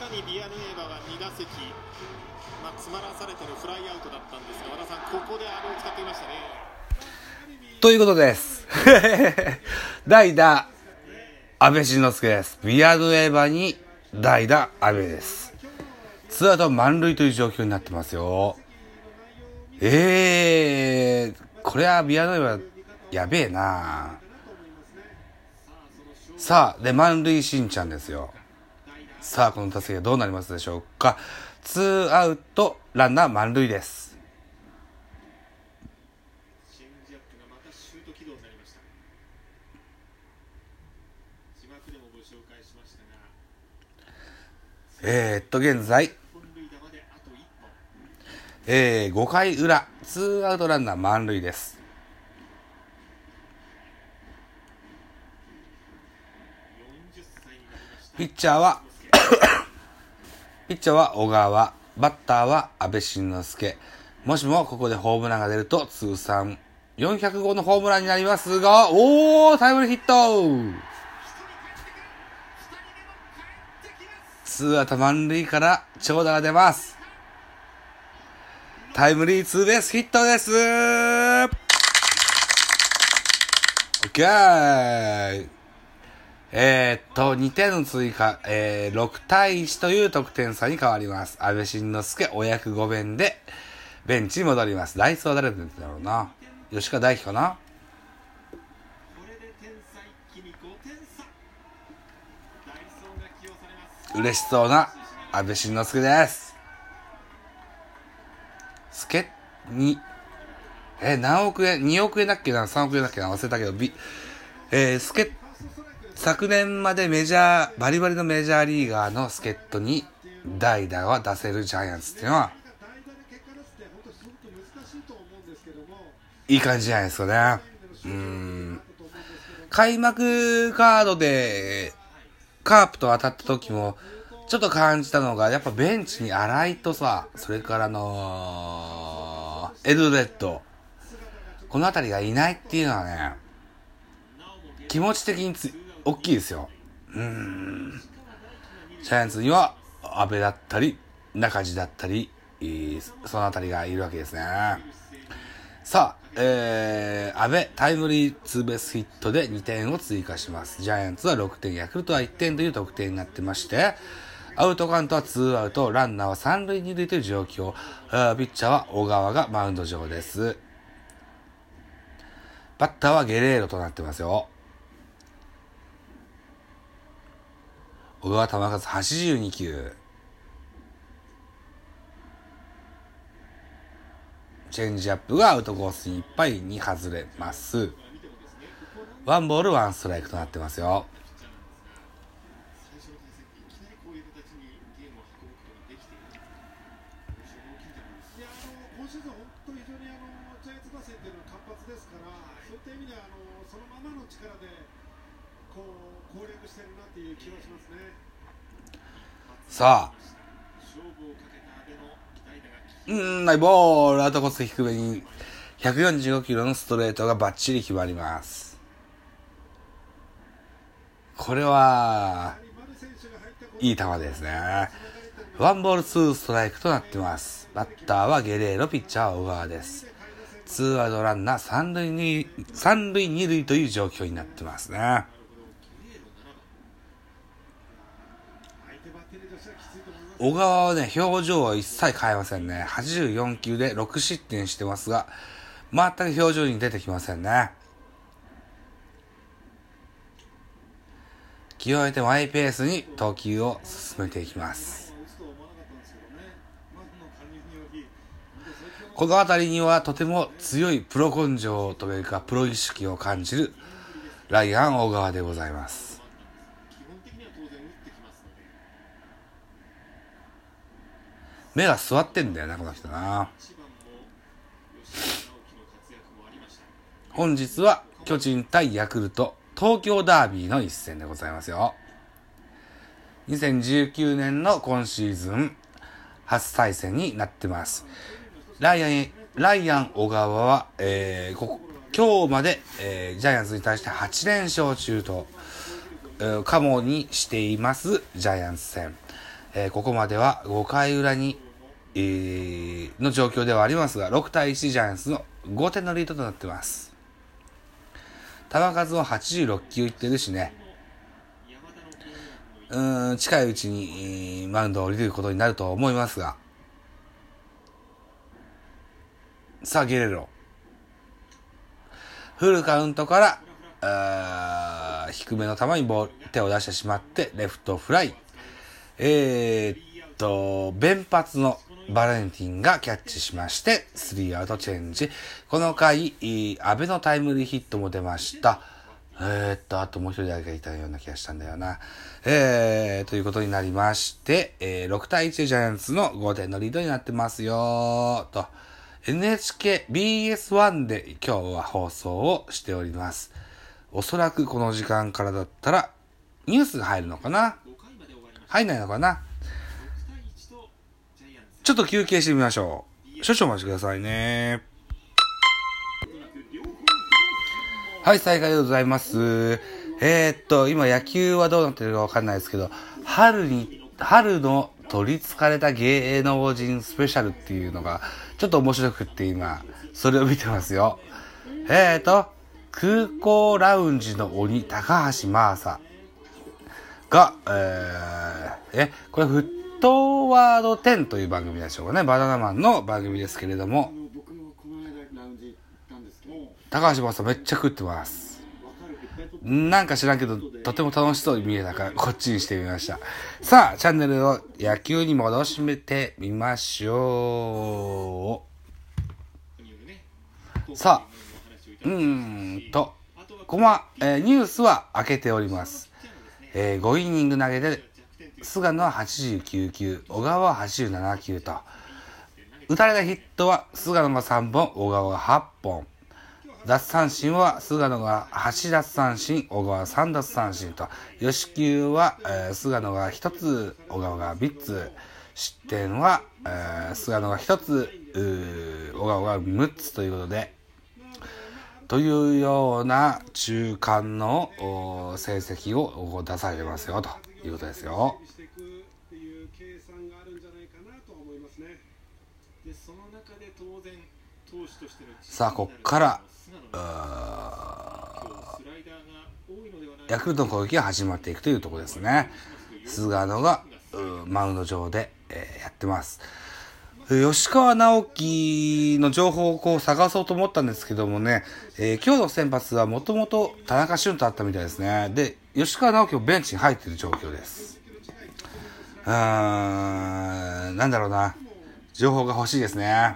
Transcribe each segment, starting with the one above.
かにビアヌエバは2打席、詰まらされてのフライアウトだったんですが、和田さん、ここで阿部を使っていましたね。 ということです代打阿部慎之助です。ビアヌエバに代打阿部です。ツーアウト満塁という状況になってますよ。これはビアヌエバやべえな。さあで満塁しんちゃんですよ。さあこの打席はどうなりますでしょうか。ツーアウトランナー満塁です。 チェンジアップがまたシュート軌道になりました。字幕でもご紹介しましたが、 現在5回裏ツーアウトランナー満塁です。ピッチャーは小川、バッターは阿部慎之助。もしもここでホームランが出ると通算400号のホームランになりますが、タイムリーヒット。ツーアウト満塁から長打が出ます。タイムリーツーベースヒットです。オッケー。2点追加、6対1という得点差に変わります。阿部慎之助お役御免でベンチに戻ります。ダイソーは誰だったんだろうな。吉川大輝かな。嬉しそうな阿部慎之助です。助に何億円、2億円だっけな、3億円だっけな、忘れたけど、昨年までバリバリのメジャーリーガーの助っ人に代打は出せるジャイアンツっていうのは、いい感じじゃないですかね。開幕カードでカープと当たった時もちょっと感じたのが、やっぱベンチに新井とさ、それからエルレッド、このあたりがいないっていうのはね、気持ち的に大きいですよ。ジャイアンツには阿部だったり中地だったり、そのあたりがいるわけですね。さあ、阿部タイムリーツーベースヒットで2点を追加します。ジャイアンツは6点、ヤクルトは1点という得点になってまして、アウトカウントは2アウト、ランナーは3塁2塁という状況。ピッチャーは小川がマウンド上です。バッターはゲレーロとなってますよ。小川球数82球。チェンジアップがアウトコースにいっぱいに外れます。ワンボールワンストライクとなってますよ。 今シーズン本当に非常にジャイアンツ打線というのは活発ですから、そういった意味ではそのままの力で攻略してるなっていう気はしますね。 さあ、ナイボール、アウトコース低めに145キロのストレートがバッチリ決まります。これはいい球ですね。ワンボールツーストライクとなってます。バッターはゲレーロ、ピッチャーは小川です。ツーアウトランナー三塁二塁という状況になってますね。小川はね、表情は一切変えませんね。84球で6失点してますが、全く表情に出てきませんね。気を入れてマイペースに投球を進めていきます。このあたりにはとても強いプロ根性というかプロ意識を感じるライアン小川でございます。目が座ってんだよな、この人な。本日は巨人対ヤクルト東京ダービーの一戦でございますよ。2019年の今シーズン初対戦になってます。ライアン小川は、今日まで、ジャイアンツに対して8連勝中と、カモにしていますジャイアンツ戦。 ここまでは5回裏に、の状況ではありますが、6対1ジャイアンツの5点のリードとなっています。球数も86球いってるしね、近いうちに、マウンドを降りることになると思いますが、さあゲレロ、フルカウントから低めの球に手を出してしまってレフトフライ、弁髪のバレンティンがキャッチしまして3アウトチェンジ。この回阿部のタイムリーヒットも出ました。あともう一人誰かいたような気がしたんだよな。ということになりまして、6対1でジャイアンツの5点のリードになってますよと。NHK BS1 で今日は放送をしております。おそらくこの時間からだったらニュースが入るのかな、入んないのかな。ちょっと休憩してみましょう。少々お待ちくださいね。はい、再開でございます。今野球はどうなってるかわかんないですけど、春の取り憑かれた芸能人スペシャルっていうのがちょっと面白くって今それを見てますよ。空港ラウンジの鬼高橋真麻が、これフットワード10という番組でしょうかね。バナナマンの番組ですけれども、 僕もこの間ラウンジ行ったんですけど、 高橋真麻めっちゃ食ってます。なんか知らんけどとても楽しそうに見えたからこっちにしてみました。さあチャンネルを野球に戻してみましょう。さあニュースは開けております。5イニング投げで菅野は89球、小川は87球と、打たれたヒットは菅野が3本、小川が8本、奪三振は菅野が8奪三振、小川3奪三振と、吉球は、菅野が1つ、小川が3つ、失点は、菅野が1つ、小川が6つということで、というような中間の成績を出されてますよということですよ。さあこっからヤクルトの攻撃が始まっていくというところですね。菅野がマウンド上で、やってます。吉川直樹の情報を探そうと思ったんですけどもね、今日の先発はもともと田中俊太あったみたいですね。で、吉川直樹もベンチに入っている状況です。なんだろうな、情報が欲しいですね。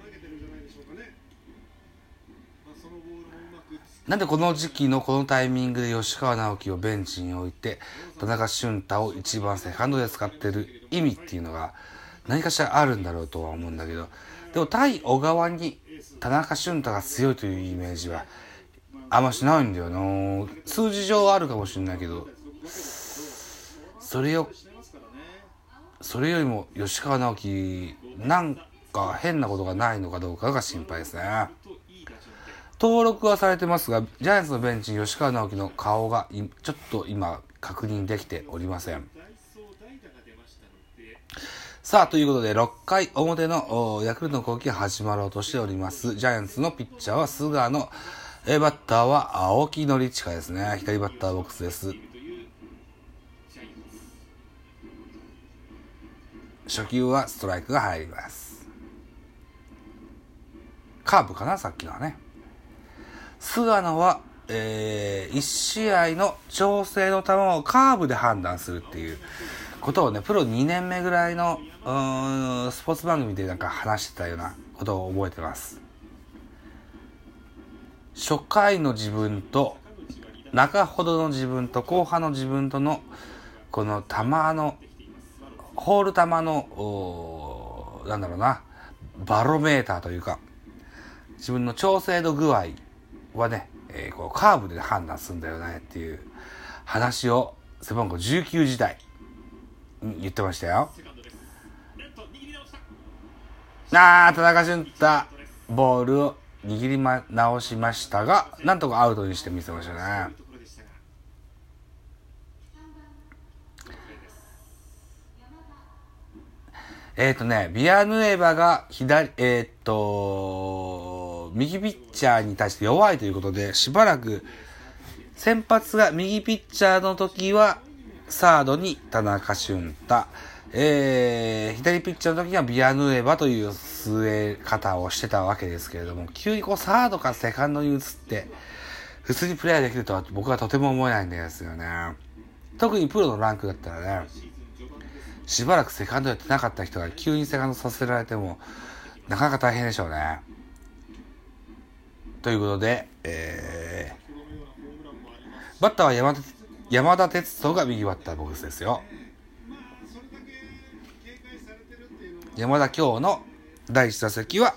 なんでこの時期のこのタイミングで吉川直樹をベンチに置いて田中俊太を一番セカンドで使ってる意味っていうのが何かしらあるんだろうとは思うんだけど、でも対小川に田中俊太が強いというイメージはあんましないんだよな。数字上はあるかもしれないけど、それよりも吉川直樹なんか変なことがないのかどうかが心配ですね。登録はされてますが、ジャイアンツのベンチに吉川直樹の顔がちょっと今確認できておりません。さあということで6回表のヤクルトの攻撃が始まろうとしております。ジャイアンツのピッチャーは菅野、バッターは青木宣親ですね。左バッターボックスです。初球はストライクが入ります。カーブかな、さっきのはね。菅野は、1試合の調整の球をカーブで判断するっていうことをね、プロ2年目ぐらいのスポーツ番組でなんか話してたようなことを覚えてます。初回の自分と中ほどの自分と後半の自分とのこの球のホール球のなんだろうな、バロメーターというか自分の調整度具合はね、こうカーブで判断するんだよねっていう話を背番号19時代に言ってましたよ。田中俊太ボールを握り直しましたが、なんとかアウトにしてみせましたね。 ビアヌエバが右ピッチャーに対して弱いということで、しばらく先発が右ピッチャーの時はサードに田中俊太、左ピッチャーの時にはビアヌエバという据え方をしてたわけですけれども、急にこうサードからセカンドに移って普通にプレーできるとは僕はとても思えないんですよね。特にプロのランクだったらね、しばらくセカンドやってなかった人が急にセカンドさせられてもなかなか大変でしょうね。ということで、バッターは山田哲人が右バッターボックスですよ。山田今日の第1打席は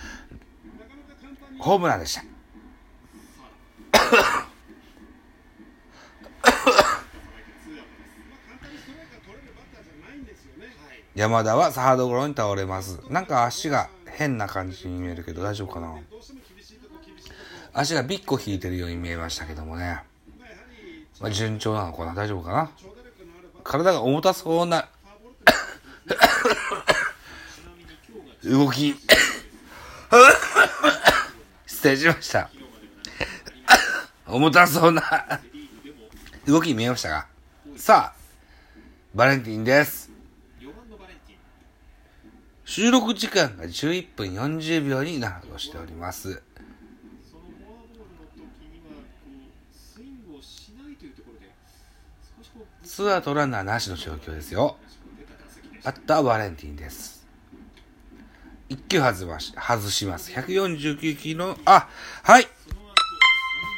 ホームランでした。山田はサードゴロに倒れます。なんか足が変な感じに見えるけど大丈夫かな。足がビッコ引いてるように見えましたけどもね、順調なのかな、大丈夫かな。体が重たそうな動き失礼しました。重たそうな動きに見えましたが、さあバレンティンです。収録時間が11分40秒になろうとしております。ツーアウトランナーなしの状況ですよ。バッターはバレンティンです。1球外します。149キロ、はい、